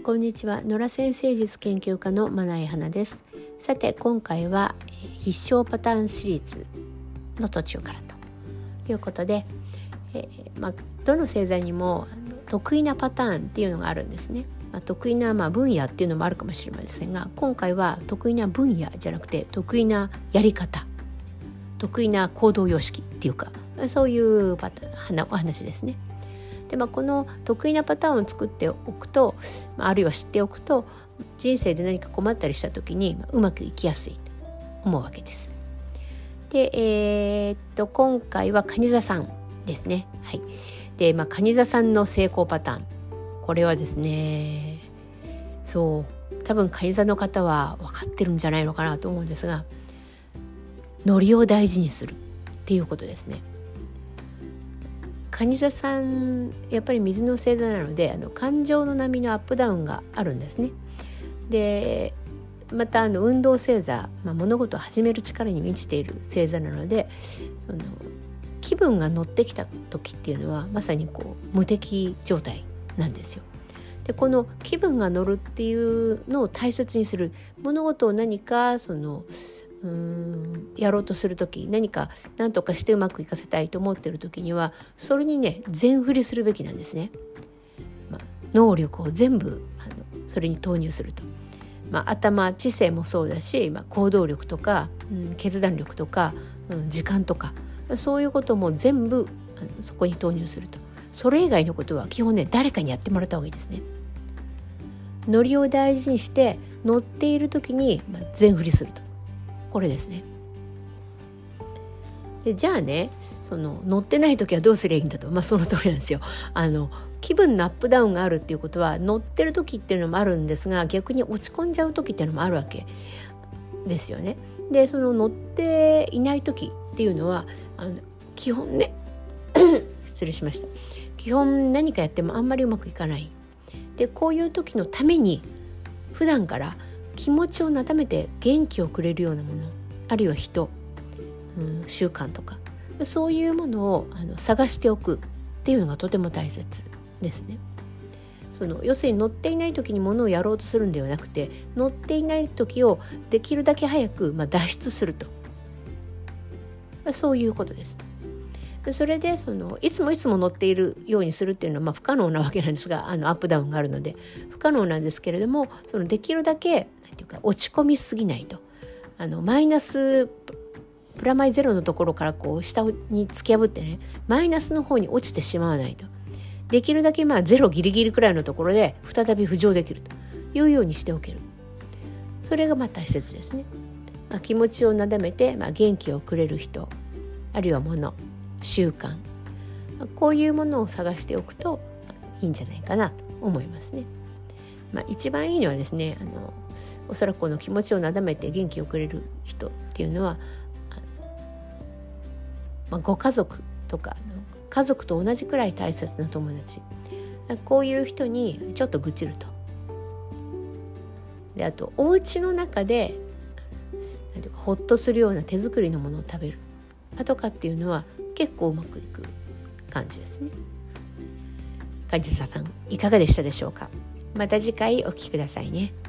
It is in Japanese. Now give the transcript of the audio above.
こんにちは。野良先生術研究家の真内花です。さて今回は必勝パターンシリーズの途中からということで、どの星座にも得意なパターンっていうのがあるんですね。得意な分野っていうのもあるかもしれませんが、今回は得意な分野じゃなくて得意なやり方、得意な行動様式っていうか、そういうお話ですね。でこの得意なパターンを作っておくと、あるいは知っておくと、人生で何か困ったりした時にうまくいきやすいと思うわけです。で、今回は蟹座さんですね。はい。で、蟹座さんの成功パターン、これはですね、多分蟹座の方は分かってるんじゃないのかなと思うんですが、ノリを大事にするっていうことですね。蟹座さんやっぱり水の星座なので、感情の波のアップダウンがあるんですね。でまた運動星座、物事を始める力に満ちている星座なので、気分が乗ってきた時っていうのはまさに無敵状態なんですよ。でこの気分が乗るっていうのを大切にする。物事を何かやろうとするとき、何とかしてうまくいかせたいと思っているときには、それにね全振りするべきなんですね。能力を全部それに投入すると、頭、知性もそうだし、行動力とか、決断力とか、時間とか、そういうことも全部そこに投入すると。それ以外のことは基本ね、誰かにやってもらった方がいいですね。ノリを大事にして乗っているときに全振りすると、これですね。でじゃあね、乗ってない時はどうすりゃいいんだと、その通りなんですよ。気分のアップダウンがあるっていうことは、乗ってる時っていうのもあるんですが、逆に落ち込んじゃう時っていうのもあるわけですよね。で乗っていない時っていうのは基本ね失礼しました。基本何かやってもあんまりうまくいかない。でこういう時のために普段から気持ちをなだめて元気をくれるようなもの、あるいは人、習慣とか、そういうものを探しておくっていうのがとても大切ですね。要するに乗っていない時にものをやろうとするんではなくて、乗っていない時をできるだけ早く脱出すると、そういうことです。それでいつも乗っているようにするっていうのは不可能なわけなんですが、アップダウンがあるので不可能なんですけれども、できるだけ落ち込みすぎないと、マイナスプラマイゼロのところから下に突き破ってね、マイナスの方に落ちてしまわないと。できるだけゼロギリギリくらいのところで再び浮上できるというようにしておける。それが大切ですね。気持ちをなだめて、元気をくれる人、あるいは物、習慣、こういうものを探しておくといいんじゃないかなと思いますね。一番いいのはですね、おそらくこの気持ちをなだめて元気をくれる人っていうのは、ご家族とか家族と同じくらい大切な友達、こういう人にちょっと愚痴ると。であとお家の中でほっとするような手作りのものを食べるとかっていうのは結構うまくいく感じですね。梶田さんいかがでしたでしょうか。また次回お聞きくださいね。